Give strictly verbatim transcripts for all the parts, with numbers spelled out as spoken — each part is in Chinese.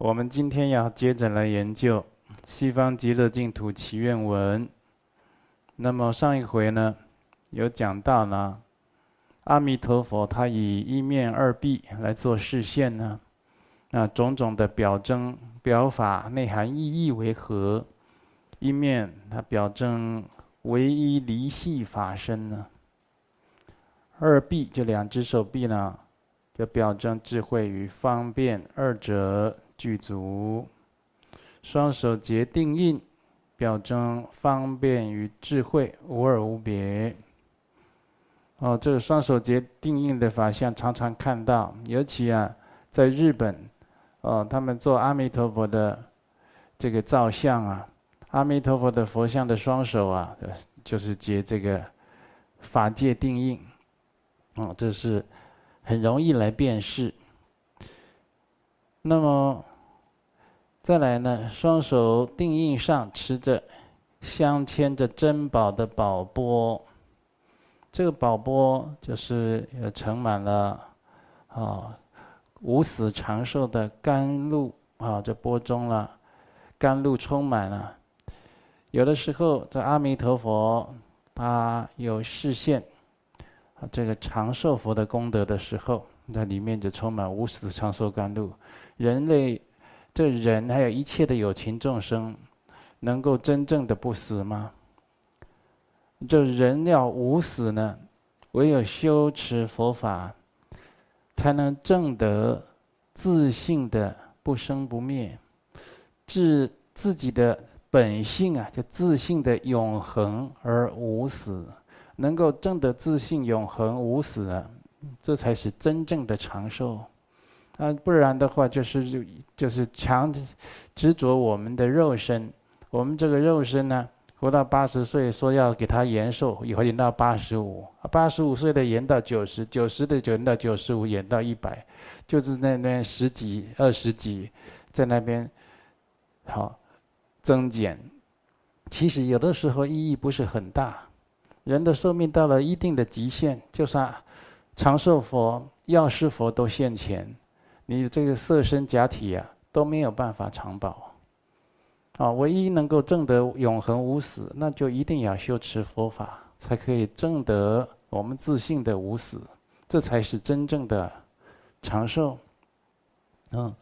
我们今天要接着来研究《西方极乐净土祈愿文》。那么上一回呢，有讲到呢，阿弥陀佛他以一面二臂来做示现呢，那种种的表征、表法、内涵意义为何？一面他表征唯一离系法身呢，二臂就两只手臂呢，就表征智慧与方便二者具足，双手结定印，表征方便与智慧无二无别。哦，这个双手结定印的法相常常看到，尤其啊，在日本，哦，他们做阿弥陀佛的这个造像啊，阿弥陀佛的佛像的双手啊，就是结这个法界定印，哦，这是很容易来辨识。那么再来呢，双手定印上持着镶嵌着珍宝的宝钵，这个宝钵就是有盛满了啊无死长寿的甘露啊，这钵中了甘露充满了。有的时候这阿弥陀佛他有示现啊这个长寿佛的功德的时候，那里面就充满无死长寿甘露。人类这人还有一切的有情众生，能够真正的不死吗？这人要无死呢，唯有修持佛法，才能证得自性的不生不灭，自自己的本性啊，就自性的永恒而无死，能够证得自性永恒无死啊，这才是真正的长寿。啊，不然的话就是就是强执着我们的肉身，我们这个肉身呢，活到八十岁，说要给他延寿，以后延到八十五，八十五岁的延到九十，九十的延到九十五，延到一百，就是那边十几、二十几，在那边好增减。其实有的时候意义不是很大，人的寿命到了一定的极限，就算长寿佛、药师佛都现前。你这个色身假体啊都没有办法长保，啊，唯一能够证得永恒无死，那就一定要修持佛法，才可以证得我们自性的无死，这才是真正的长寿。嗯，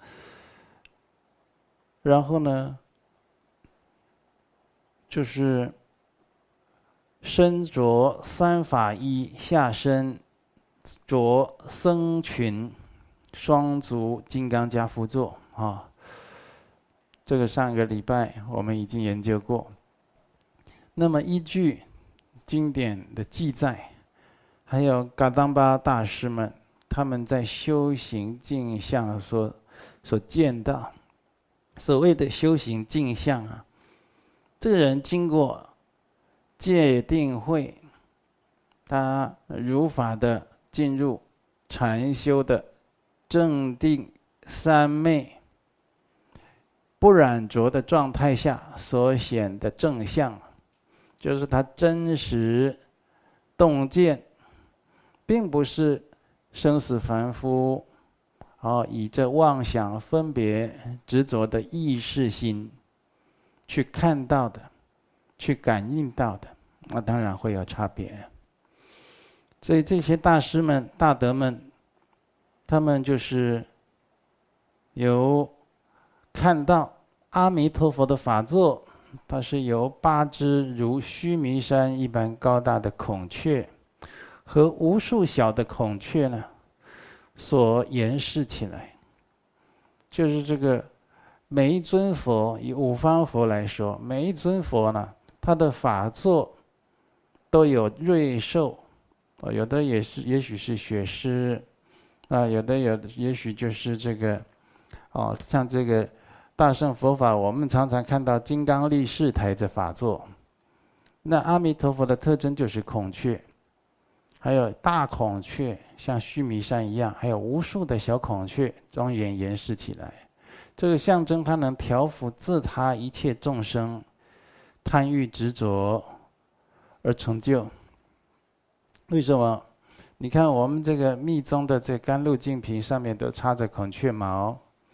然后呢，就是身着三法衣，下身着僧裙。双足金刚跏趺坐啊，这个上个礼拜我们已经研究过。那么依据经典的记载，还有噶当巴大师们他们在修行镜像所所见到，所谓的修行镜像啊，这个人经过戒定慧，他如法的进入禅修的正定三昧不染浊的状态下所显的正相，就是他真实洞见，并不是生死凡夫哦以这妄想分别执着的意识心去看到的，去感应到的，那当然会有差别。所以这些大师们、大德们，他们就是有看到阿弥陀佛的法座，它是由八只如须弥山一般高大的孔雀和无数小的孔雀呢所延饰起来。就是这个每一尊佛，以五方佛来说，每一尊佛呢，它的法座都有瑞兽，有的也是，也许是雪狮。啊，有的有，也许就是这个，哦，像这个大乘佛法，我们常常看到金刚力士抬着法座。那阿弥陀佛的特征就是孔雀，还有大孔雀，像须弥山一样，还有无数的小孔雀庄严延饰起来。这个象征它能调伏自他一切众生贪欲执着而成就。为什么？你看我们这个密宗的这甘露净瓶上面都插着孔雀毛，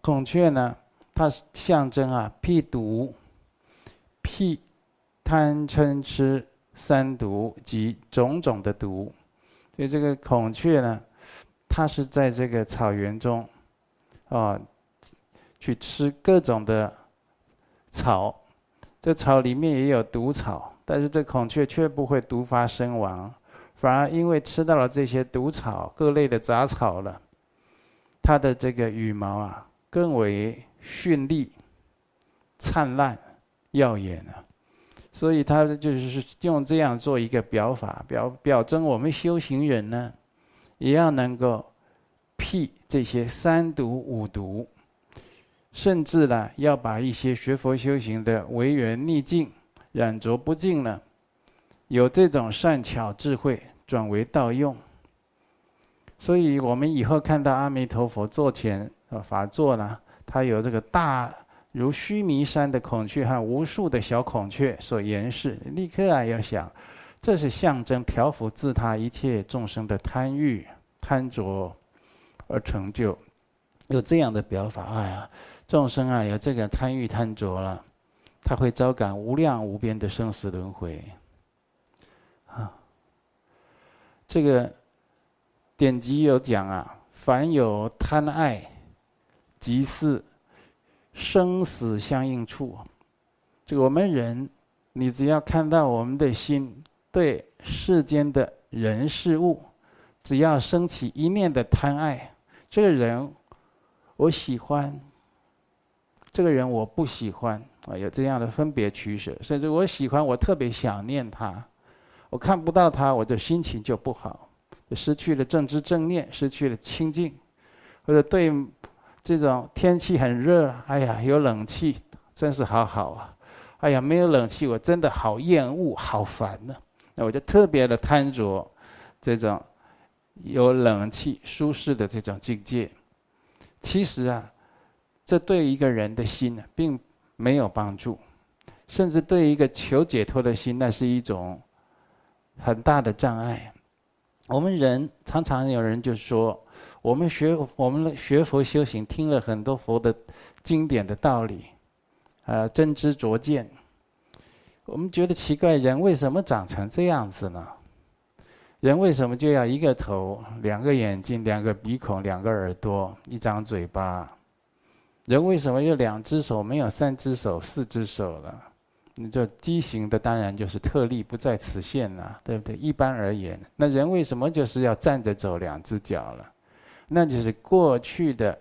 孔雀呢，它象征啊辟毒、辟贪嗔痴三毒及种种的毒。所以这个孔雀呢，它是在这个草原中，啊，去吃各种的草。这草里面也有毒草，但是这孔雀却不会毒发身亡，反而因为吃到了这些毒草、各类的杂草了，它的这个羽毛啊更为绚丽、灿烂、耀眼啊。所以它就是用这样做一个表法，表表征我们修行人呢，也要能够辟这些三毒五毒。甚至呢，要把一些学佛修行的违缘逆境、染浊不净呢，有这种善巧智慧，转为道用。所以我们以后看到阿弥陀佛座前法座呢，它有这个大如须弥山的孔雀和无数的小孔雀所严饰，立刻啊要想，这是象征调伏自他一切众生的贪欲、贪着而成就，有这样的表法。哎呀，众生啊，有这个贪欲贪着了，他会遭感无量无边的生死轮回。啊，这个典籍有讲啊，凡有贪爱，即是生死相应处。这个我们人，你只要看到我们的心对世间的人事物，只要升起一念的贪爱，这个人我喜欢，这个人我不喜欢啊，有这样的分别取舍。甚至我喜欢，我特别想念他，我看不到他，我的心情就不好，就失去了正知正念，失去了清净。或者对这种天气很热了，哎呀，有冷气真是好好啊！哎呀，没有冷气我真的好厌恶、好烦呢、啊。那我就特别的贪着这种有冷气、舒适的这种境界。其实啊，这对一个人的心呢，并没有帮助，甚至对一个求解脱的心，那是一种很大的障碍。我们人常常有人就说，我们学我们学佛修行，听了很多佛的经典的道理，呃，真知灼见。我们觉得奇怪，人为什么长成这样子呢？人为什么就要一个头、两个眼睛、两个鼻孔、两个耳朵、一张嘴巴？人为什么有两只手，没有三只手、四只手了？你这畸形的当然就是特例，不在此限了，对不对？一般而言，那人为什么就是要站着走两只脚了？那就是过去的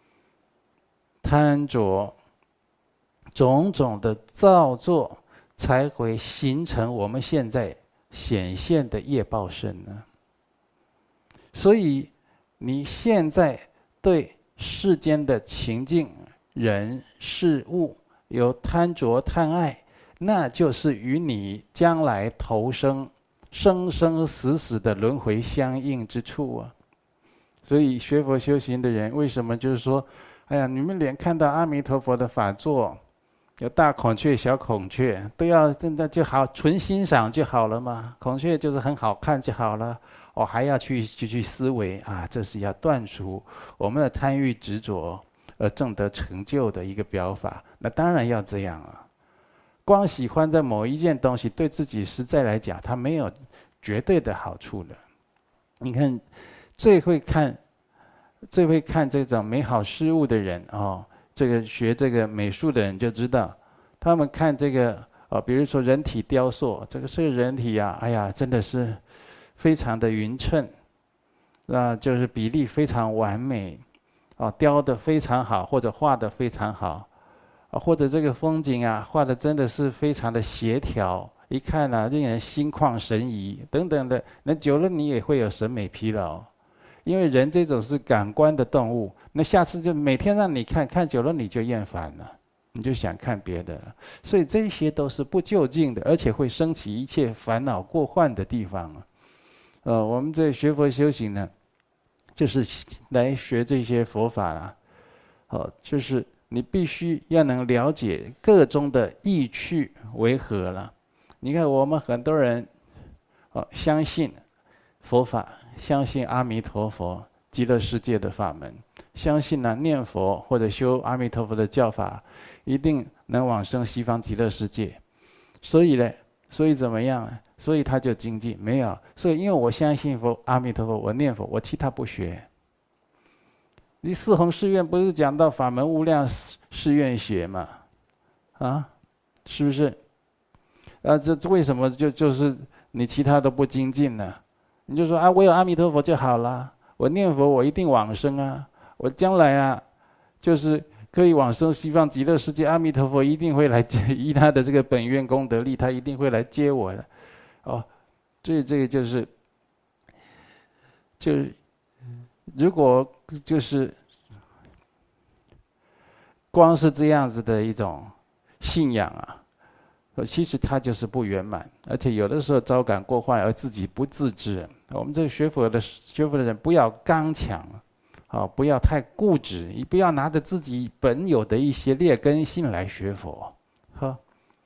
贪着种种的造作，才会形成我们现在显现的业报身呢。所以你现在对世间的情境、人、事物有贪着贪爱，那就是与你将来投生生生死死的轮回相应之处啊。所以学佛修行的人，为什么就是说，哎呀，你们连看到阿弥陀佛的法座，有大孔雀、小孔雀，都要真的就好，纯欣赏就好了嘛。孔雀就是很好看就好了，我还要去去去思维啊，这是要断除我们的贪欲执着而证得成就的一个表法。那当然要这样啊。光喜欢在某一件东西，对自己实在来讲，它没有绝对的好处的。你看，最会看、最会看这种美好事物的人哦，这个学这个美术的人就知道，他们看这个哦，比如说人体雕塑，这个这个人体啊，哎呀，真的是非常的匀称，那就是比例非常完美，哦，雕得非常好，或者画得非常好。或者这个风景啊，画的真的是非常的协调，一看啊，令人心旷神怡等等的。那久了你也会有审美疲劳，因为人这种是感官的动物。那下次就每天让你看，看久了你就厌烦了，你就想看别的了。所以这些都是不究竟的，而且会升起一切烦恼过患的地方啊。呃，我们这学佛修行呢，就是来学这些佛法啦，哦，就是。你必须要能了解各中的意趣为何了。你看我们很多人，哦，相信佛法，相信阿弥陀佛极乐世界的法门， 相信呢、啊、念佛或者修阿弥陀佛的教法，一定能往生西方极乐世界。所以呢，所以怎么样呢？所以他就精进，没有。所以因为我相信佛阿弥陀佛，我念佛，我其他不学。你四弘誓愿不是讲到法门无量誓愿学嘛？啊，是不是？啊，这为什么就就是你其他都不精进呢？你就说啊，我有阿弥陀佛就好了，我念佛我一定往生啊，我将来啊，就是可以往生西方极乐世界，阿弥陀佛一定会来接，依他的这个本愿功德力，他一定会来接我的。哦，所以这个就是，就是如果就是光是这样子的一种信仰啊。其实它就是不圆满，而且有的时候招感过患而自己不自知。我们这个学佛的学佛的人不要刚强，啊，不要太固执，你不要拿着自己本有的一些劣根性来学佛。好，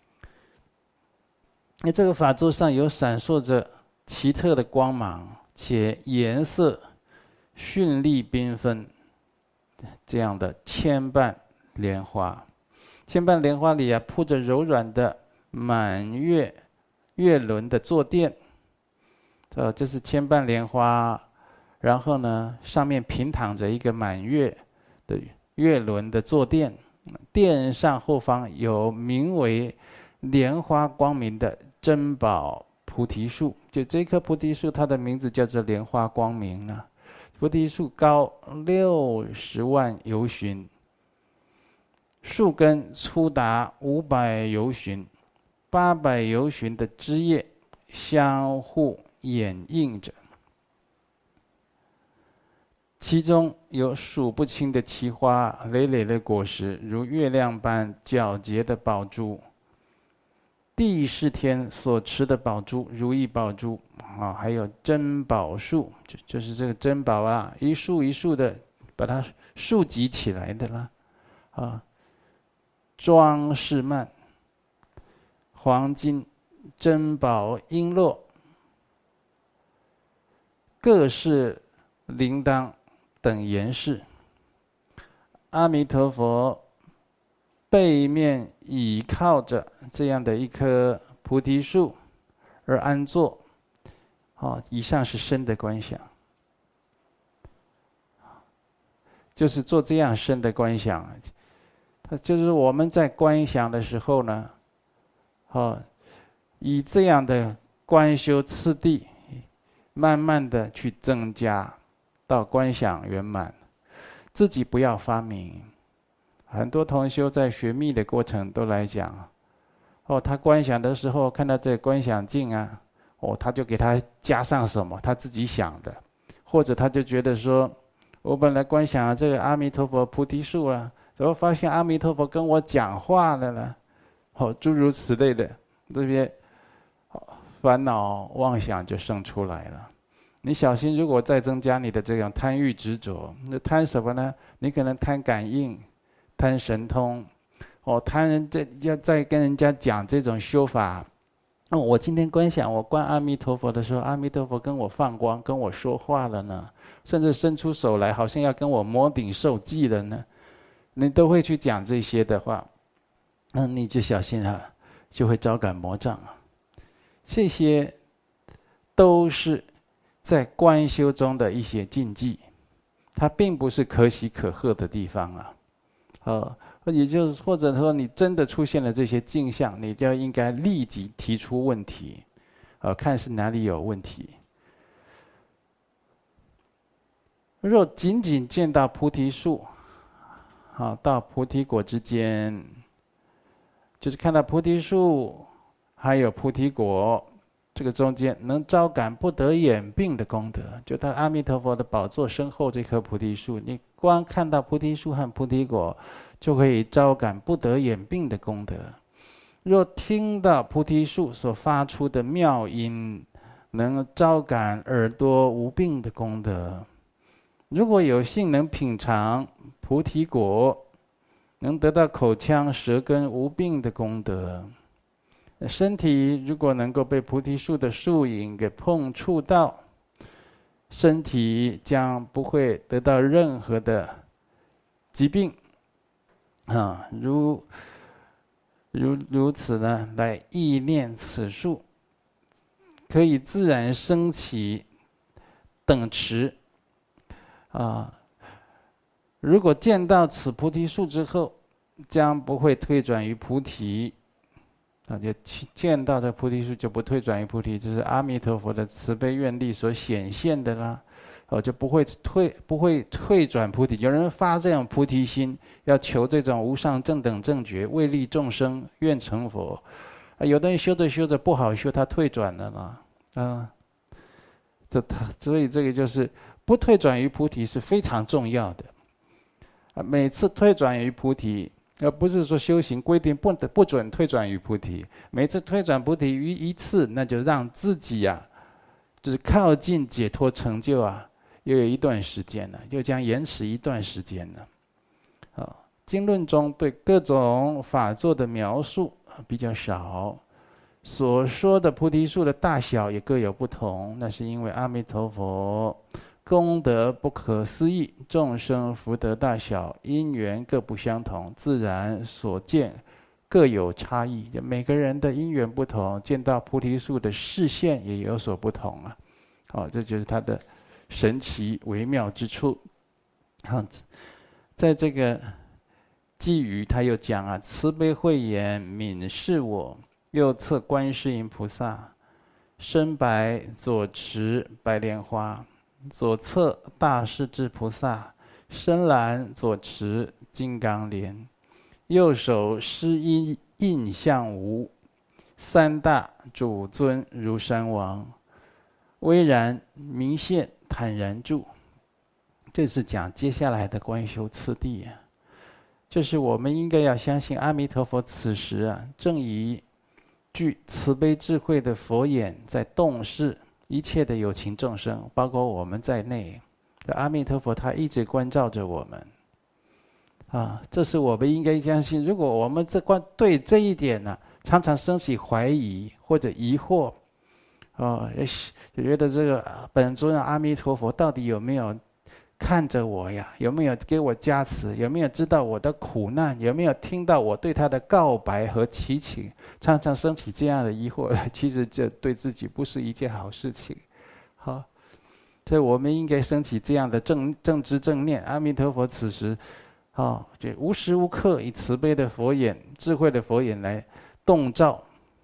那这个法座上有闪烁着奇特的光芒，且颜色绚丽缤纷，这样的千瓣莲花。千瓣莲花里啊，铺着柔软的满月月轮的坐垫，呃，这是千瓣莲花，然后呢，上面平躺着一个满月的月轮的坐垫，垫上后方有名为莲花光明的珍宝菩提树，就这棵菩提树，它的名字叫做莲花光明啊。菩提树高六十万由旬，树根粗达五百由旬。八百由旬的枝叶相互掩映着，其中有数不清的奇花，累累的果实如月亮般皎洁的宝珠。地是天所持的宝珠，如意宝珠啊，还有珍宝树，就就是这个珍宝啊，一束一束的把它束集起来的啦，啊，装饰幔。黄金、珍宝、璎珞，各式铃铛等严饰。阿弥陀佛背面倚靠着这样的一棵菩提树而安坐。哦，以上是深的观想，就是做这样深的观想。它就是我们在观想的时候呢。哦，以这样的观修次第，慢慢的去增加，到观想圆满。自己不要发明。很多同修在学密的过程都来讲，哦，他观想的时候看到这个观想镜啊，哦，他就给他加上什么他自己想的，或者他就觉得说，我本来观想这个阿弥陀佛菩提树啊，怎么发现阿弥陀佛跟我讲话了呢？哦，诸如此类的这些烦恼妄想就生出来了。你小心，如果再增加你的这种贪欲执着，那贪什么呢？你可能贪感应，贪神通，哦，贪人这要再跟人家讲这种修法。哦，我今天观想，我观阿弥陀佛的时候，阿弥陀佛跟我放光，跟我说话了呢，甚至伸出手来，好像要跟我摩顶受记了呢。你都会去讲这些的话。那你就小心啊，就会招感魔障啊。这些都是在观修中的一些禁忌，它并不是可喜可贺的地方啊。哦，也就是或者说你真的出现了这些镜像，你就应该立即提出问题，呃，看是哪里有问题。若仅仅见到菩提树，好，到菩提果之间。就是看到菩提树，还有菩提果，这个中间能招感不得眼病的功德。就到阿弥陀佛的宝座身后这棵菩提树，你光看到菩提树和菩提果，就可以招感不得眼病的功德。若听到菩提树所发出的妙音，能招感耳朵无病的功德。如果有幸能品尝菩提果，能得到口腔舌根无病的功德。身体如果能够被菩提树的树影给碰触到，身体将不会得到任何的疾病啊，如如如此呢，来意念此树，可以自然升起等持啊。如果见到此菩提树之后，将不会退转于菩提。啊，就见到这菩提树就不退转于菩提，这是阿弥陀佛的慈悲愿力所显现的啦。哦，就不会退，不会退转菩提。有人发这种菩提心，要求这种无上正等正觉，为利众生，愿成佛。啊，有的人修着修着不好修，他退转了啦。啊，这他所以这个就是不退转于菩提是非常重要的。啊，每次退转于菩提。而不是说修行规定不不准退转于菩提，每次退转菩提于一次，那就让自己呀、啊，就是靠近解脱成就啊，又有一段时间了，又将延迟一段时间了。啊，经论中对各种法座的描述比较少，所说的菩提树的大小也各有不同，那是因为阿弥陀佛功德不可思议，众生福德大小因缘各不相同，自然所见各有差异。每个人的因缘不同，见到菩提树的视线也有所不同啊。好，这就是它的神奇微妙之处。好，在这个寄语他又讲啊，慈悲慧眼悯视我，右侧观世音菩萨，身白左持白莲花。左侧大势至菩萨，深蓝左持金刚莲，右手施印印象无，三大主尊如山王，巍然明现坦然住。这是讲接下来的观修次第啊，就是我们应该要相信阿弥陀佛此时啊，正以具慈悲智慧的佛眼在洞视一切的有情众生，包括我们在内，阿弥陀佛他一直关照着我们，啊，这是我们应该相信。如果我们这关对这一点呢、啊，常常升起怀疑或者疑惑，哦，就觉得这个本尊的阿弥陀佛到底有没有看着我呀？有没有给我加持？有没有知道我的苦难？有没有听到我对他的告白和祈请？常常升起这样的疑惑，其实这对自己不是一件好事情。好，所以我们应该升起这样的正正知正念。阿弥陀佛此时，哦，就无时无刻以慈悲的佛眼、智慧的佛眼来洞照。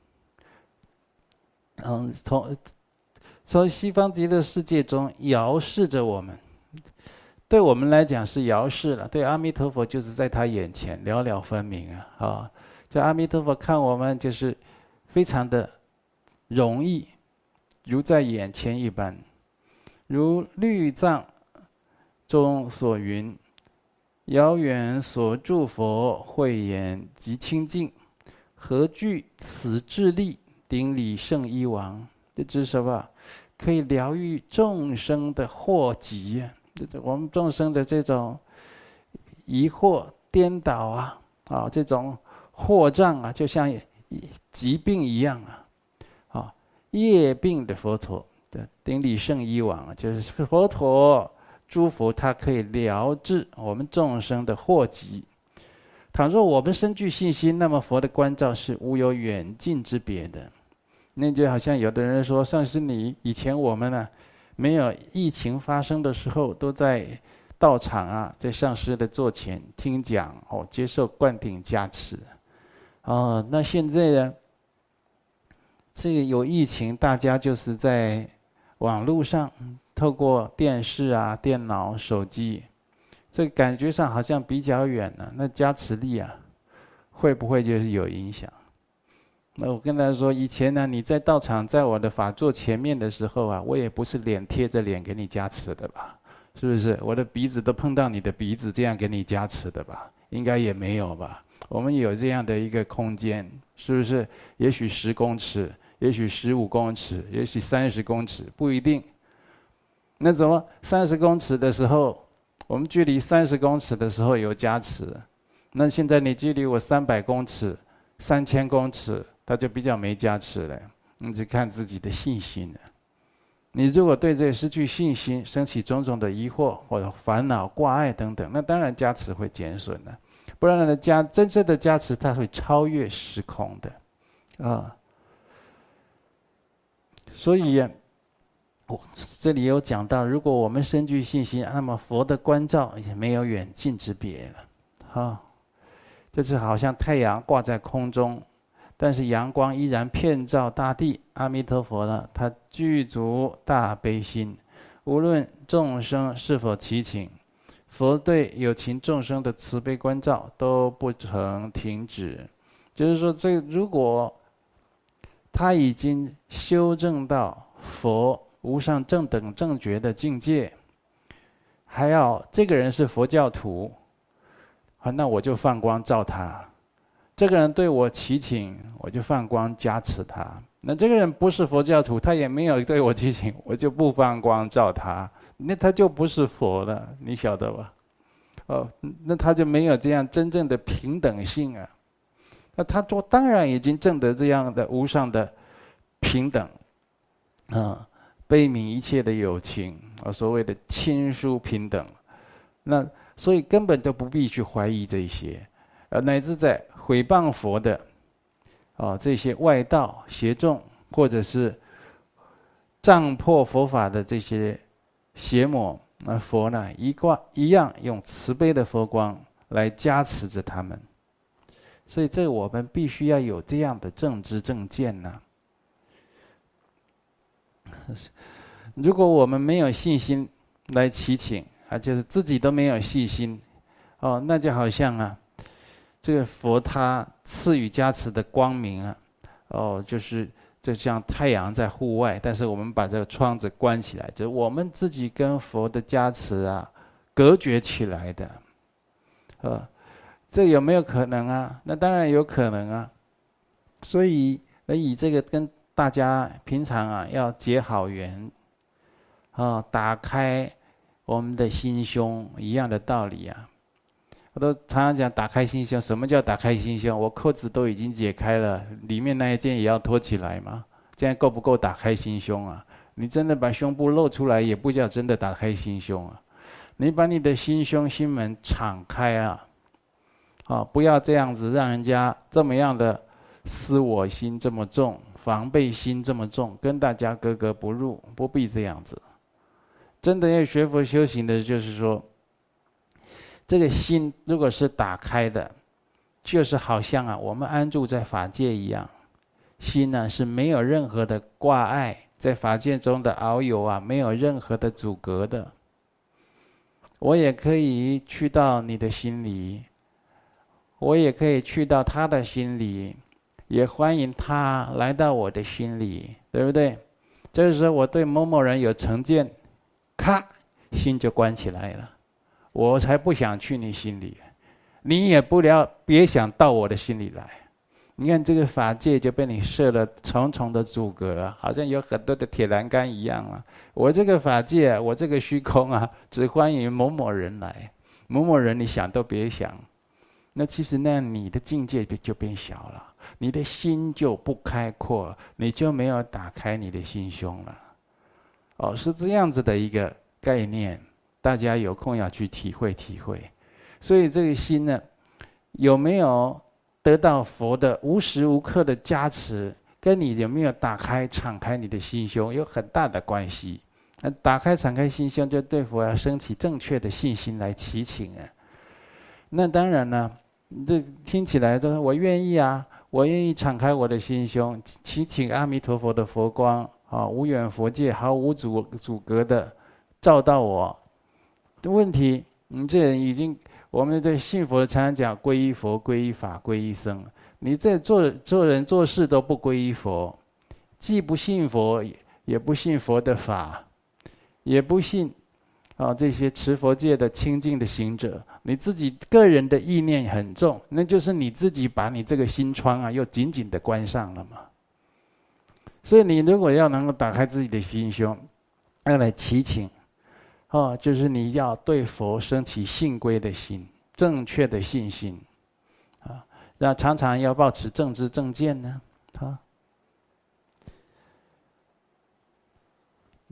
嗯，从从西方极乐世界中遥视着我们。对我们来讲是遥视了，对阿弥陀佛就是在他眼前了了分明啊！啊、哦，就阿弥陀佛看我们就是非常的容易，如在眼前一般。如律藏中所云：“遥远所住佛，慧眼极清净，何惧此智力，顶礼圣医王。”这指什么？可以疗愈众生的惑疾啊！我们众生的这种疑惑、颠倒啊，啊，这种惑障啊，就像疾病一样啊，啊，业病的佛陀的顶礼圣医王啊，就是佛陀诸佛，他可以疗治我们众生的惑疾。倘若我们深具信心，那么佛的关照是无有远近之别的。那就好像有的人说，上师你以前我们呢、啊？没有疫情发生的时候，都在道场啊，在上师的座前听讲哦，接受灌顶加持。哦，那现在呢？这个有疫情，大家就是在网络上，透过电视啊、电脑、手机，这个感觉上好像比较远了、啊。那加持力啊，会不会就是有影响？那我跟他说，以前呢，你在道场，在我的法座前面的时候啊，我也不是脸贴着脸给你加持的吧？是不是？我的鼻子都碰到你的鼻子，这样给你加持的吧？应该也没有吧？我们有这样的一个空间，是不是？也许十公尺，也许十五公尺，也许三十公尺，不一定。那怎么三十公尺的时候，我们距离三十公尺的时候有加持，那现在你距离我三百公尺、三千公尺。他就比较没加持了，你就看自己的信心了。 你如果对这个失去信心，升起种种的疑惑或者烦恼、挂碍等等，那当然加持会减损的。不然呢，加真正的加持，它会超越时空的，啊。所以，我这里有讲到，如果我们深具信心，那么佛的关照也没有远近之别了，啊。就是好像太阳挂在空中，但是阳光依然遍照大地。阿弥陀佛呢，他具足大悲心，无论众生是否祈请，佛对有情众生的慈悲关照都不曾停止。就是说，这如果他已经修正到佛无上正等正觉的境界，还要这个人是佛教徒，好，那我就放光照他。这个人对我祈请，我就放光加持他。那这个人不是佛教徒，他也没有对我祈请，我就不放光照他。那他就不是佛了，你晓得吧？哦，那他就没有这样真正的平等性啊。那他做当然已经证得这样的无上的平等，啊，悲悯一切的有情，啊，所谓的亲疏平等。那所以根本都不必去怀疑这些，呃，乃至在毁谤佛的，啊，这些外道邪众，或者是障破佛法的这些邪魔，那佛呢一挂一样用慈悲的佛光来加持着他们。所以这我们必须要有这样的正知正见呢。如果我们没有信心来祈请啊，就是自己都没有信心，哦，那就好像啊，这个佛他赐予加持的光明啊，哦，就是就像太阳在户外，但是我们把这个窗子关起来，就是我们自己跟佛的加持啊隔绝起来的，呃，这有没有可能啊？那当然有可能啊。所以，而以这个跟大家平常啊要结好缘，啊，打开我们的心胸一样的道理啊。我都常常讲打开心胸，什么叫打开心胸？我扣子都已经解开了，里面那一件也要脱起来吗？这样够不够打开心胸啊？你真的把胸部露出来，也不叫真的打开心胸啊。你把你的心胸心门敞开啊，啊，不要这样子让人家这么样的私我心这么重，防备心这么重，跟大家格格不入，不必这样子。真的要学佛修行的，就是说，这个心如果是打开的，就是好像啊，我们安住在法界一样，心呢是没有任何的挂碍，在法界中的遨游啊，没有任何的阻隔的。我也可以去到你的心里，我也可以去到他的心里，也欢迎他来到我的心里，对不对？这时候我对某某人有成见，咔，心就关起来了。我才不想去你心里，你也不要别想到我的心里来。你看这个法界就被你设了重重的阻隔，好像有很多的铁栏杆一样啊。我这个法界，我这个虚空啊，只欢迎某某人来，某某人你想都别想。那其实那样你的境界就变小了，你的心就不开阔，你就没有打开你的心胸了。哦，是这样子的一个概念，大家有空要去体会体会。所以这个心呢，有没有得到佛的无时无刻的加持，跟你有没有打开敞开你的心胸有很大的关系。那打开敞开心胸，就对佛要升起正确的信心来祈请啊。那当然呢，这听起来说我愿意啊，我愿意敞开我的心胸，祈请阿弥陀佛的佛光啊，无远佛界毫无阻阻隔的照到我。问题，你这人已经，我们对信佛的常常讲皈依佛、皈依法、皈依僧，你这做做人做事都不皈依佛，既不信佛，也不信佛的法，也不信啊这些持佛界的清净的行者，你自己个人的意念很重，那就是你自己把你这个心窗啊又紧紧的关上了嘛。所以你如果要能够打开自己的心胸，要来祈请。哦，就是你要对佛升起信归的心，正确的信心，啊，那常常要保持正知正见呢，啊。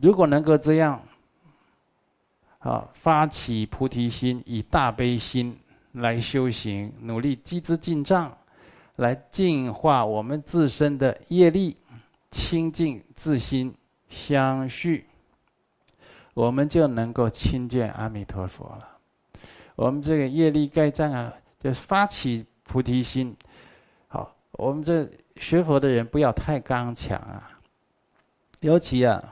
如果能够这样，啊，发起菩提心，以大悲心来修行，努力积资进账，来净化我们自身的业力，清净自心相续，我们就能够亲见阿弥陀佛了。我们这个业力盖障啊，就发起菩提心。好，我们这学佛的人不要太刚强啊，尤其啊，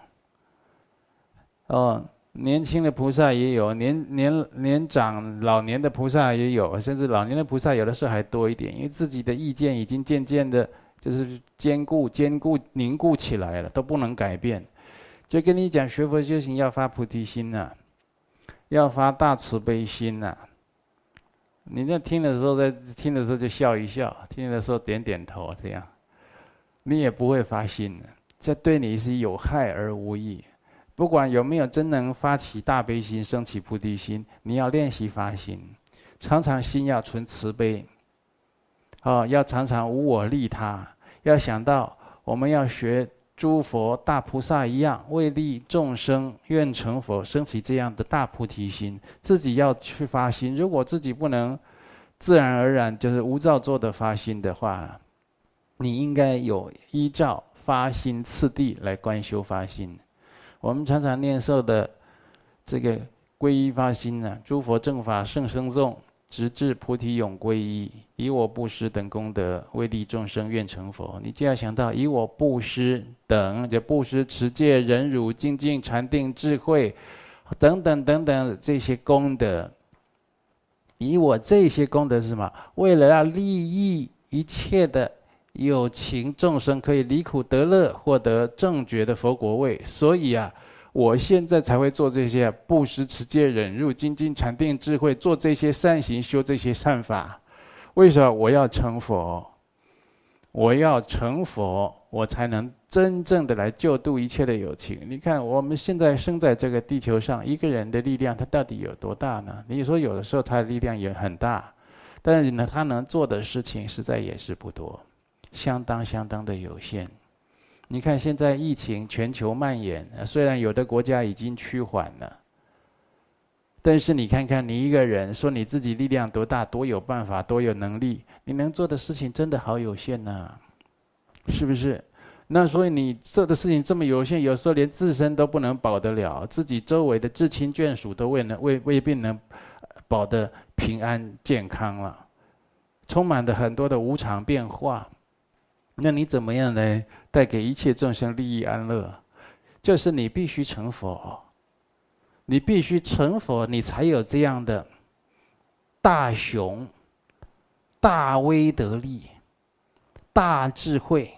哦。年轻的菩萨也有，年年年长老年的菩萨也有，甚至老年的菩萨有的时候还多一点，因为自己的意见已经渐渐的，就是坚固、坚固、凝固起来了，都不能改变。就跟你讲，学佛修行要发菩提心呐、啊，要发大慈悲心呐、啊。你在听的时候，在听的时候就笑一笑，听的时候点点头，这样，你也不会发心的，这对你是有害而无益。不管有没有真能发起大悲心、升起菩提心，你要练习发心，常常心要存慈悲，哦，要常常无我利他，要想到我们要学诸佛大菩萨一样，为利众生，愿成佛，升起这样的大菩提心，自己要去发心。如果自己不能自然而然就是无造作的发心的话，你应该有依照发心次第来观修发心。我们常常念诵的这个皈依发心啊，诸佛正法圣僧众，直至菩提永皈依，以我布施等功德，为利众生愿成佛。你就要想到，以我布施等，就布施、持戒、忍辱、精进、禅定、智慧等等等等这些功德，以我这些功德是什么？为了要利益一切的有情众生可以离苦得乐，获得正觉的佛国位，所以啊，我现在才会做这些布施、持戒、忍辱、精进、禅定、智慧，做这些善行，修这些善法。为什么我要成佛？我要成佛，我才能真正的来救度一切的有情。你看，我们现在生在这个地球上，一个人的力量，他到底有多大呢？你说有的时候他的力量也很大，但是呢，他能做的事情实在也是不多。相当相当的有限。你看现在疫情全球蔓延，虽然有的国家已经趋缓了，但是你看看你一个人说你自己力量多大，多有办法，多有能力，你能做的事情真的好有限呐、啊，是不是？那所以你做的事情这么有限，有时候连自身都不能保得了，自己周围的至亲眷属都未能未未必能保得平安健康了，充满了很多的无常变化。那你怎么样来带给一切众生利益安乐？就是你必须成佛，你必须成佛，你才有这样的大雄、大威德力、大智慧、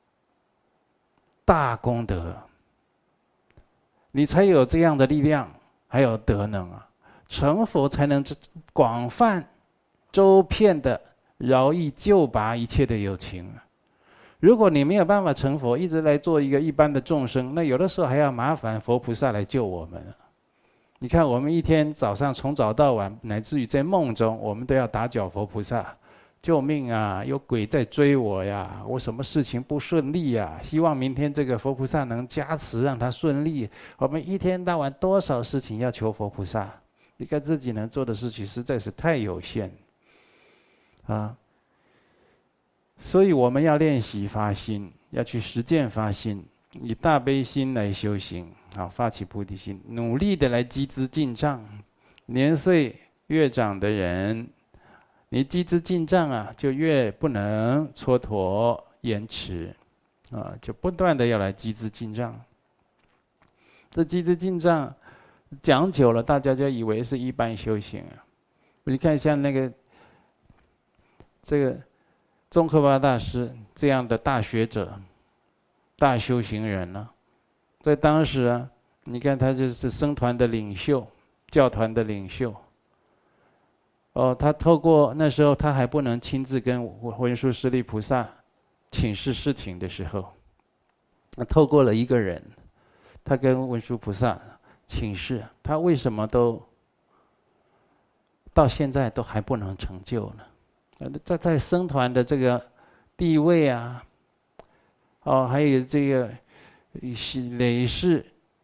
大功德，你才有这样的力量，还有德能啊！成佛才能广泛、周遍的饶益救拔一切的有情。如果你没有办法成佛，一直来做一个一般的众生，那有的时候还要麻烦佛菩萨来救我们。你看，我们一天早上从早到晚，乃至于在梦中，我们都要打搅佛菩萨，救命啊！有鬼在追我呀！我什么事情不顺利呀？希望明天这个佛菩萨能加持，让他顺利。我们一天到晚多少事情要求佛菩萨，你看自己能做的事情实在是太有限啊！所以我们要练习发心，要去实践发心，以大悲心来修行，好，发起菩提心，努力的来积资进账。年岁越长的人，你积资进账啊，就越不能蹉跎延迟，啊，就不断的要来积资进账。这积资进账讲久了，大家就以为是一般修行啊。你看像那个这个宗喀巴大师这样的大学者、大修行人呢、啊，在当时啊，你看他就是僧团的领袖、教团的领袖。哦，他透过那时候他还不能亲自跟文殊师利菩萨请示事情的时候，透过了一个人，他跟文殊菩萨请示，他为什么都到现在都还不能成就呢？在在僧团的这个地位啊，哦，还有这个累世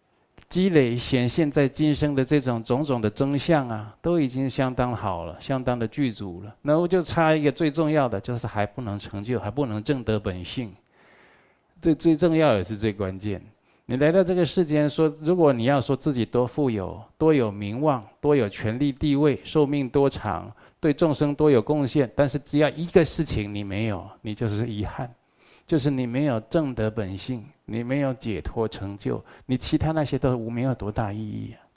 积累显现在今生的这种种种的真相啊，都已经相当好了，相当的具足了。然后就差一个最重要的，就是还不能成就，还不能证得本性。这最重要也是最关键。你来到这个世间，说如果你要说自己多富有、多有名望、多有权力地位、寿命多长，对众生多有贡献，但是只要一个事情你没有，你就是遗憾，就是你没有证得本性，你没有解脱成就，你其他那些都没有多大意义啊。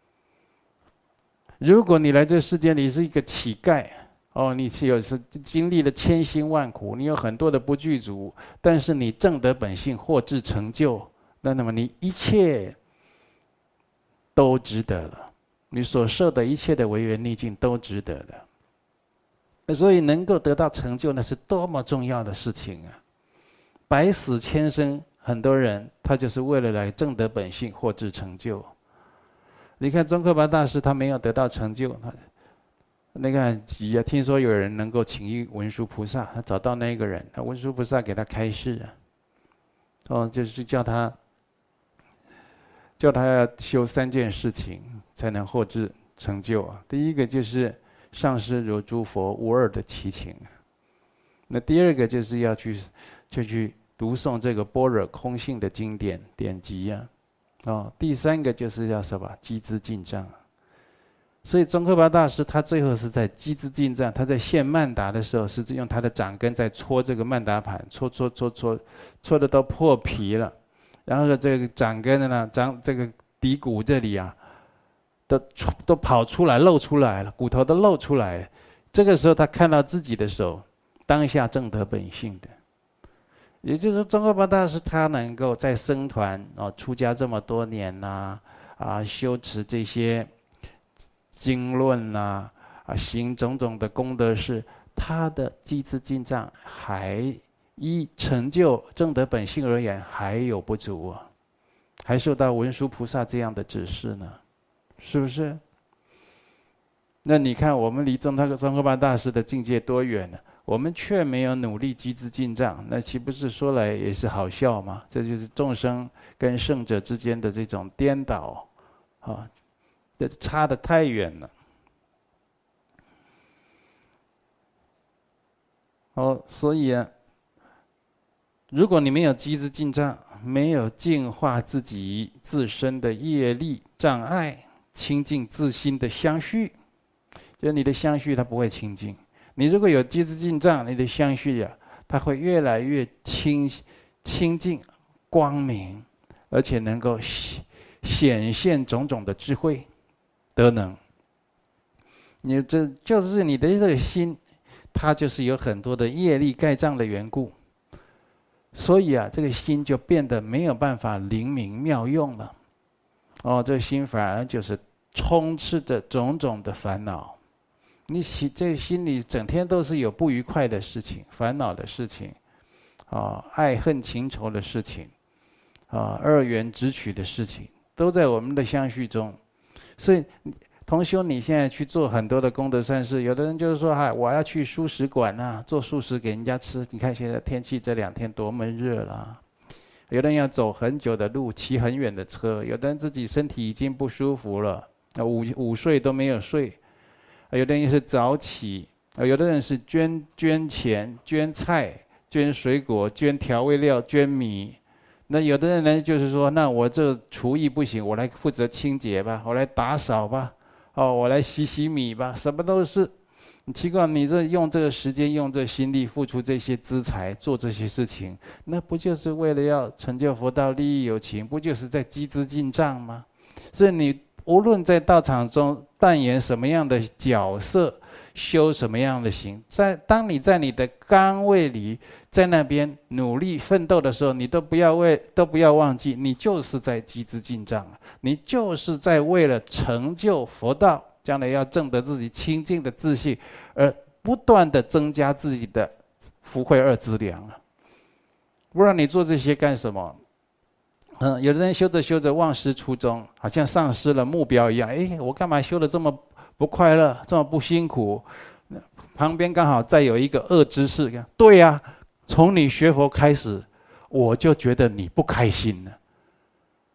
如果你来这世间，你是一个乞丐，哦，你是有时经历了千辛万苦，你有很多的不具足，但是你证得本性，获至成就，那那么你一切都值得了，你所受的一切的违缘逆境都值得的。所以能够得到成就，那是多么重要的事情啊！百死千生，很多人他就是为了来证得本性，获至成就。你看宗喀巴大师，他没有得到成就，他那个急啊！听说有人能够请一文殊菩萨，他找到那个人，文殊菩萨给他开示啊，哦，就是叫他叫他要修三件事情才能获至成就啊。第一个就是上师如诸佛无二的齐情，那第二个就是要去就去读诵这个般若空性的经典典籍啊，哦，第三个就是要什么积资进藏。所以宗喀巴大师他最后是在积资进藏，他在献曼达的时候是用他的掌根在搓这个曼达盘，搓搓搓搓，搓的都破皮了，然后这个掌根的呢，掌这个骶骨这里啊，都都跑出来露出来了，骨头都露出来了。这个时候他看到自己的手，当下证得本性的。也就是说，宗喀巴大师他能够在僧团哦出家这么多年呐、啊，啊修持这些经论呐、啊，啊行种种的功德事，他的积资进藏还依成就证得本性而言还有不足啊，还受到文殊菩萨这样的指示呢，是不是？那你看我们离宗喀宗喀巴大师的境界多远呢？我们却没有努力积资进藏，那岂不是说来也是好笑吗？这就是众生跟圣者之间的这种颠倒啊，这差得太远了。哦，所以啊，如果你没有积资进藏，没有净化自己自身的业力障碍，清净自心的相续，就是你的相续它不会清净。你如果有积资进藏，你的相续呀、啊，它会越来越清清净、光明，而且能够显现种种的智慧、德能。你这就是你的这个心，它就是有很多的业力盖障的缘故，所以啊，这个心就变得没有办法灵明妙用了。哦，这个心反而就是充斥着种种的烦恼。你这心里整天都是有不愉快的事情、烦恼的事情，啊，爱恨情仇的事情，啊，二元执取的事情，都在我们的相续中。所以，同修，你现在去做很多的功德善事，有的人就是说，嗨，我要去素食馆啊，做素食给人家吃。你看现在天气这两天多闷热啦，有的人要走很久的路，骑很远的车，有的人自己身体已经不舒服了，午午睡都没有睡。有的人是早起，有的人是捐捐钱、捐菜、捐水果、捐调味料、捐米。那有的人呢，就是说，那我这厨艺不行，我来负责清洁吧，我来打扫吧，哦，我来洗洗米吧，什么都是。你奇怪，你这用这个时间、用这心力、付出这些资财做这些事情，那不就是为了要成就佛道、利益有情？不就是在积资进藏吗？所以你无论在道场中扮演什么样的角色，修什么样的行，在当你在你的岗位里，在那边努力奋斗的时候，你都不要为都不要忘记，你就是在积资进藏，你就是在为了成就佛道，将来要证得自己清净的自信，而不断的增加自己的福慧二资粮啊！不然你做这些干什么？嗯，有的人修着修着忘失初衷，好像丧失了目标一样。哎，我干嘛修得这么不快乐，这么不辛苦？旁边刚好再有一个恶知识，对呀、啊，从你学佛开始，我就觉得你不开心了。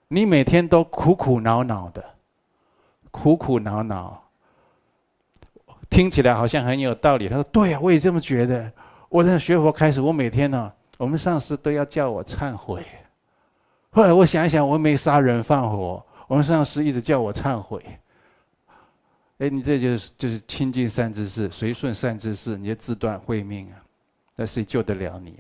你每天都苦苦恼恼的，苦苦恼恼，听起来好像很有道理。他说：“对呀、啊，我也这么觉得。我在学佛开始，我每天呢、啊，我们上师都要叫我忏悔。后来我想一想，我没杀人放火，我们上师一直叫我忏悔。哎，你这就是就是亲近善知识，随顺善知识，你就自断慧命啊！那谁救得了你啊？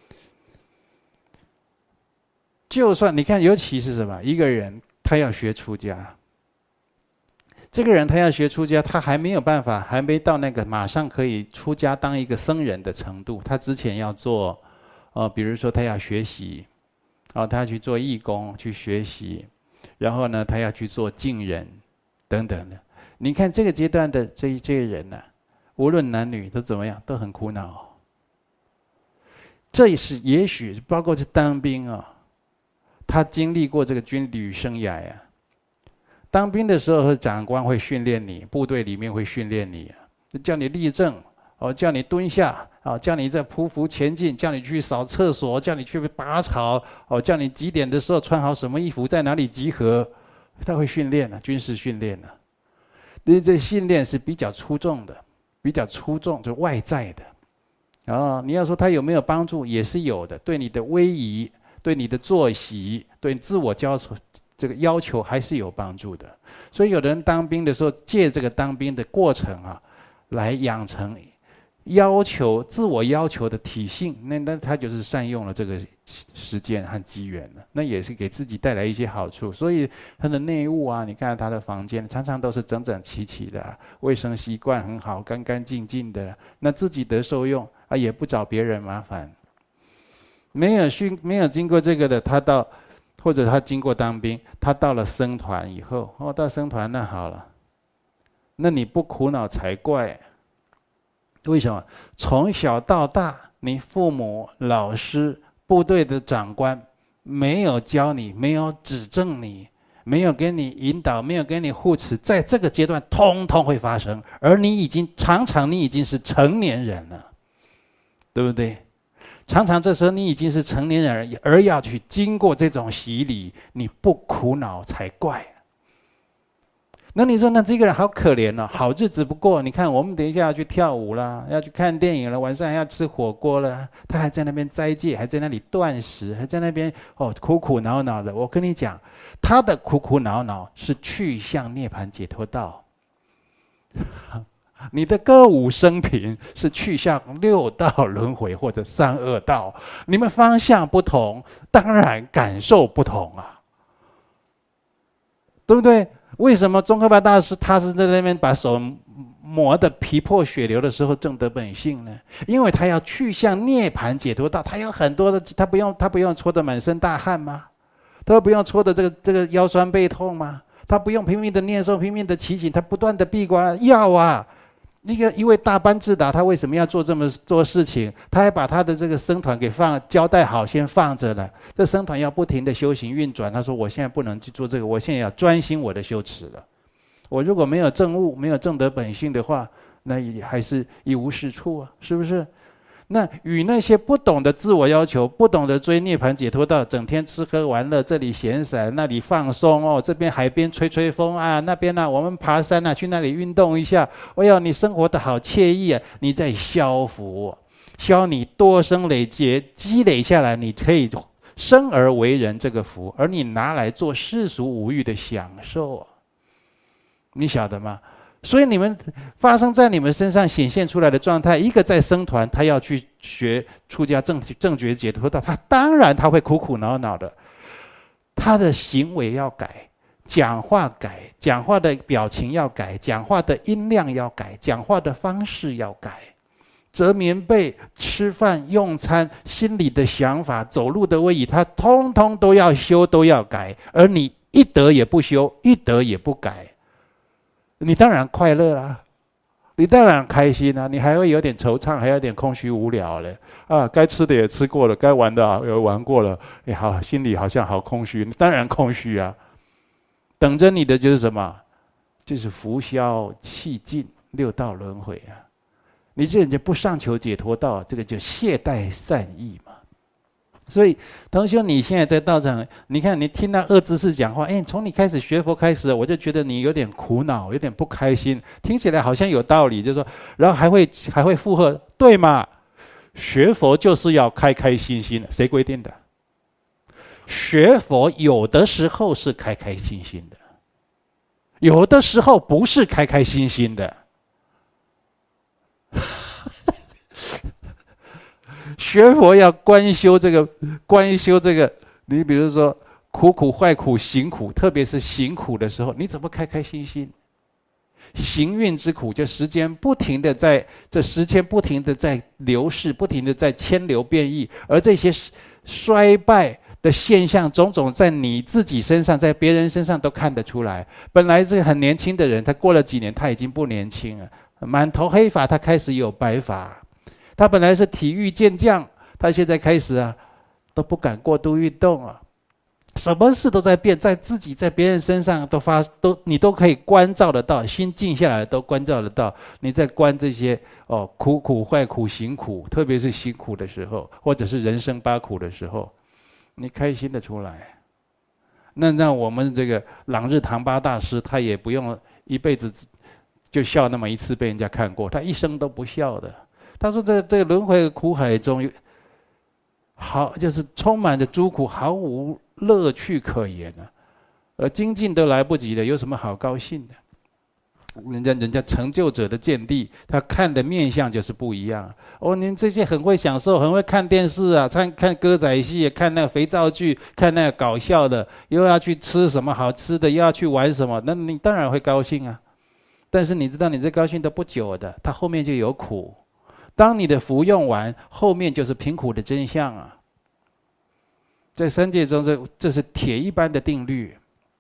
就算你看，尤其是什么，一个人他要学出家。”这个人他要学出家，他还没有办法，还没到那个马上可以出家当一个僧人的程度。他之前要做，呃，比如说他要学习，哦，他要去做义工去学习，然后呢，他要去做敬人，等等的。你看这个阶段的这这些人呢、啊，无论男女都怎么样，都很苦恼。这也是也许包括是当兵啊，他经历过这个军旅生涯呀、啊。当兵的时候，长官会训练你，部队里面会训练你，叫你立正，哦，叫你蹲下，哦，叫你在匍匐前进，叫你去扫厕所，叫你去拔草，哦，叫你几点的时候穿好什么衣服，在哪里集合，他会训练的，军事训练的。这这训练是比较出众的，比较出众，就外在的。然后你要说他有没有帮助，也是有的，对你的威仪，对你的作息，对自我教授。这个要求还是有帮助的，所以有的人当兵的时候，借这个当兵的过程啊，来养成要求、自我要求的体性，那那他就是善用了这个时间和机缘了，那也是给自己带来一些好处。所以他的内务啊，你看他的房间常常都是整整齐齐的、啊，卫生习惯很好，干干净净的，那自己得受用啊，也不找别人麻烦。没有训、没有经过这个的，他到。或者他经过当兵，他到了僧团以后，哦，到僧团那好了，那你不苦恼才怪。为什么？从小到大，你父母、老师、部队的长官没有教你，没有指正你，没有给你引导，没有给你护持，在这个阶段，通通会发生。而你已经常常你已经是成年人了，对不对？常常这时候你已经是成年人，而要去经过这种洗礼，你不苦恼才怪。那你说，那这个人好可怜哦，好日子不过。你看，我们等一下要去跳舞啦，要去看电影了，晚上还要吃火锅了，他还在那边斋戒，还在那里断食，还在那边哦苦苦恼恼的。我跟你讲，他的苦苦恼恼是去向涅槃解脱道。你的歌舞升平是去向六道轮回或者三恶道，你们方向不同，当然感受不同啊，对不对？为什么宗喀巴大师他是在那边把手磨得皮破血流的时候证得本性呢？因为他要去向涅槃解脱道，他有很多的，他不用他不用搓得满身大汗吗？他不用搓得这个这个腰酸背痛吗？他不用拼命的念诵，拼命的祈请，他不断的闭关，要啊。一个一位大班智达，他为什么要做这么多事情？他还把他的这个僧团给放交代好，先放着了。这僧团要不停的修行运转。他说：“我现在不能去做这个，我现在要专心我的修持了。我如果没有证悟，没有证得本性的话，那也还是一无是处啊，是不是？”那与那些不懂得自我要求、不懂得追涅槃解脱道，整天吃喝玩乐，这里闲散，那里放松哦，这边海边吹吹风啊，那边呢、啊、我们爬山啊，去那里运动一下。哎呦，你生活的好惬意啊！你在消福，消你多生累劫积累下来，你可以生而为人这个福，而你拿来做世俗五欲的享受，你晓得吗？所以你们发生在你们身上显现出来的状态，一个在僧团，他要去学出家正正觉解脱道，他当然他会苦苦恼恼的，他的行为要改，讲话改，讲话的表情要改，讲话的音量要改，讲话的方式要改，折棉被、吃饭、用餐、心里的想法、走路的位移，他通通都要修，都要改，而你一得也不修，一得也不改。你当然快乐啦，你当然开心啊，你还会有点惆怅，还有点空虚无聊了啊！该吃的也吃过了，该玩的也玩过了，哎，好，心里好像好空虚，当然空虚啊。等着你的就是什么？就是浮消气尽，六道轮回啊！你这人家不上求解脱道，这个就懈怠善意嘛。 所以同修，你现在在道场，你看你听到二知识讲话，哎，从你开始学佛开始，我就觉得你有点苦恼，有点不开心，听起来好像有道理，就是说，然后还会还会附和，对嘛？学佛就是要开开心心的，谁规定的？学佛有的时候是开开心心的，有的时候不是开开心心的。学佛要观修这个，观修这个，你比如说苦苦坏苦行苦，特别是行苦的时候，你怎么开开心心？行运之苦，就时间不停的在这时间不停的在流逝，不停的在迁流变异，而这些衰败的现象，种种在你自己身上，在别人身上都看得出来。本来是很年轻的人，他过了几年，他已经不年轻了，满头黑发，他开始有白发。他本来是体育健将，他现在开始啊，都不敢过度运动啊，什么事都在变，在自己在别人身上都发都你都可以关照得到，心静下来都关照得到。你在观这些哦苦苦坏苦行苦，特别是行苦的时候，或者是人生八苦的时候，你开心得出来。那让我们这个朗日唐巴大师，他也不用一辈子就笑那么一次被人家看过，他一生都不笑的。他说在这个轮回苦海中，好就是充满着诸苦，毫无乐趣可言啊！呃，精进都来不及了，有什么好高兴的？人家人家成就者的见地，他看的面相就是不一样。哦，你们这些很会享受，很会看电视啊，看看歌仔戏，看那个肥皂剧，看那个搞笑的，又要去吃什么好吃的，又要去玩什么，那你当然会高兴啊。但是你知道，你这高兴都不久的，它后面就有苦。当你的福用完，后面就是贫苦的真相啊！在三界中，这这是铁一般的定律。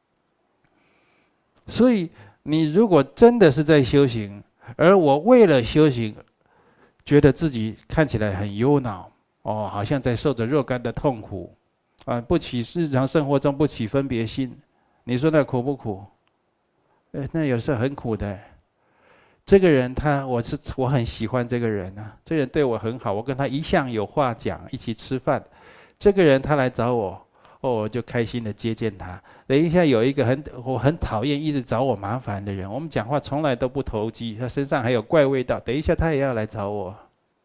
所以，你如果真的是在修行，而我为了修行，觉得自己看起来很忧恼，哦，好像在受着若干的痛苦，啊，不起日常生活中不起分别心，你说那苦不苦？哎，那有时候很苦的。这个人他，我是我很喜欢这个人啊，这个人对我很好，我跟他一向有话讲，一起吃饭。这个人他来找我，哦，我就开心的接见他。等一下有一个很我很讨厌一直找我麻烦的人，我们讲话从来都不投机，他身上还有怪味道，等一下他也要来找我。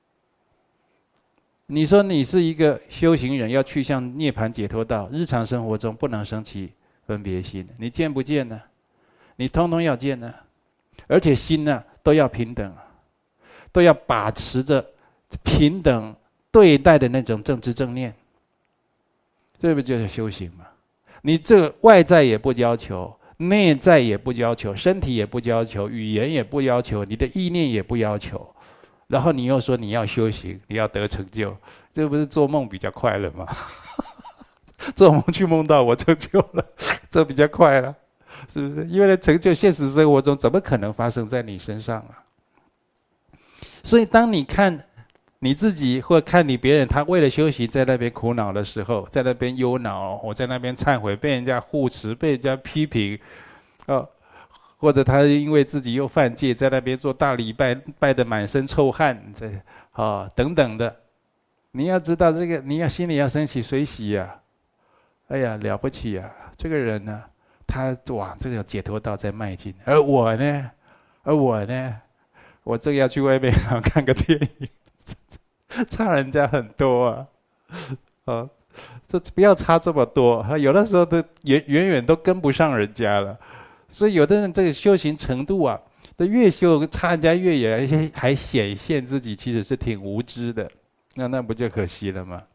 你说你是一个修行人，要去向涅槃解脱道，日常生活中不能生起分别心，你见不见呢？你通通要见呢。而且心呢、啊、都要平等，都要把持着平等对待的那种正知正念，这不就是修行吗？你这个外在也不要求，内在也不要求，身体也不要求，语言也不要求，你的意念也不要求，然后你又说你要修行，你要得成就，这不是做梦比较快乐吗？做梦去梦到我成就了，这比较快了。是不是？因为成就现实生活中怎么可能发生在你身上啊？所以当你看你自己或看你别人，他为了休息在那边苦恼的时候，在那边忧恼，我在那边忏悔，被人家护持，被人家批评，哦，或者他因为自己又犯戒，在那边做大礼拜，拜得满身臭汗，这啊、哦、等等的，你要知道这个，你要心里要升起随喜呀、啊，哎呀了不起呀、啊，这个人呢、啊。他往这个解脱道在迈进，而我呢，而我呢，我正要去外面看个电影，差人家很多啊，哦，这不要差这么多，有的时候都远远远都跟不上人家了，所以有的人这个修行程度啊，这越修差人家越远，而且还显现自己其实是挺无知的，那那不就可惜了吗？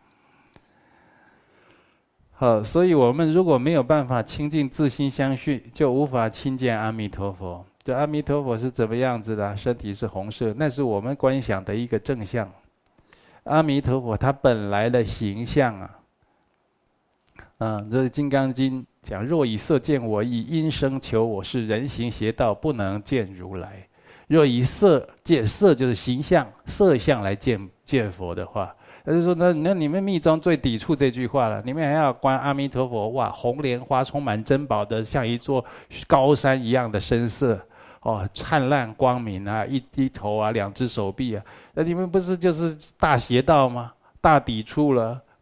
好，所以我们如果没有办法亲近自心相续，就无法亲见阿弥陀佛。这阿弥陀佛是怎么样子的？身体是红色，那是我们观想的一个正相。阿弥陀佛他本来的形象啊，啊，这《金刚经》讲：若以色见我，以音声求我，是人行邪道，不能见如来。若以色见色就是形象、色相来见见佛的话。他就说：“那那你们密宗最抵触这句话了，你们还要观阿弥陀佛，哇，红莲花充满珍宝的，像一座高山一样的深色，哦，灿烂光明啊，一一头啊，两只手臂啊，那你们不是就是大邪道吗？大抵触了，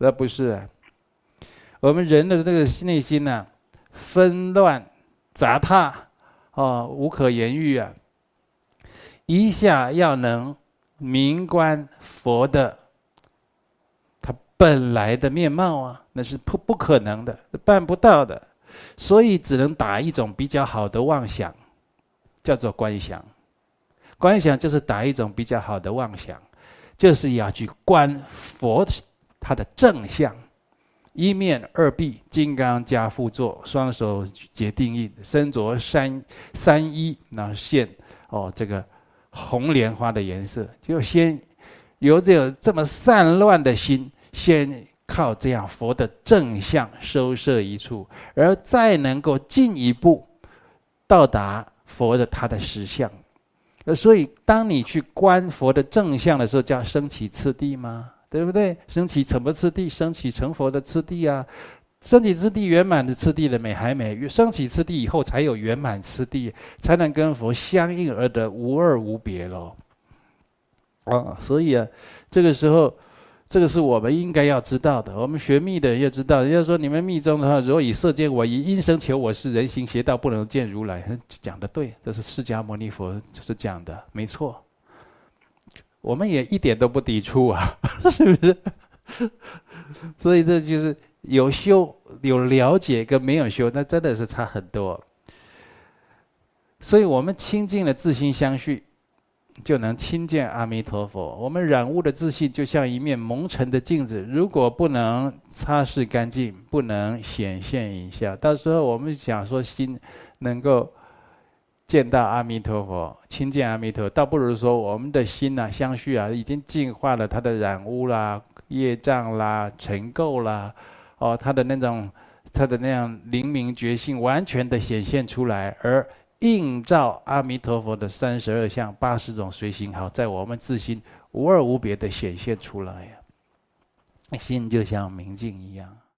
那不是啊。我们人的这个内心呢、啊，纷乱杂沓，哦，无可言喻啊。一下要能明观佛的他本来的面貌啊，那是不不可能的，办不到的。所以只能打一种比较好的妄想，叫做观想。观想就是打一种比较好的妄想，就是要去观佛他的正相。一面二臂，金刚加趺坐，双手结定印，身着三三衣，然后现哦这个红莲花的颜色，就先由这个这么散乱的心，先靠这样佛的正相收摄一处，而再能够进一步到达佛的他的实相。所以，当你去观佛的正相的时候，叫升起次第吗？对不对？升起什么次第？升起成佛的次第啊！升起次第圆满的次第了没？还没。升起次第以后，才有圆满次第，才能跟佛相应而得无二无别喽。啊，所以啊，这个时候，这个是我们应该要知道的。我们学密的要知道，人家说你们密宗的话，若以色见我，以因声求我是，人行邪道，不能见如来。讲的对，这是释迦牟尼佛是讲的，没错。我们也一点都不抵触啊，是不是？所以这就是有修、有了解跟没有修，那真的是差很多。所以我们清净的自心相续，就能亲见阿弥陀佛。我们染污的自信就像一面蒙尘的镜子，如果不能擦拭干净，不能显现一下，到时候我们想说心能够见到阿弥陀佛，亲见阿弥陀佛，倒不如说我们的心啊、相续啊，已经净化了它的染污啦、业障啦、尘垢啦，哦，它的那种、它的那样灵明觉性完全的显现出来，而映照阿弥陀佛的三十二相、八十种随行好，在我们自心无二无别的显现出来呀，心就像明镜一样。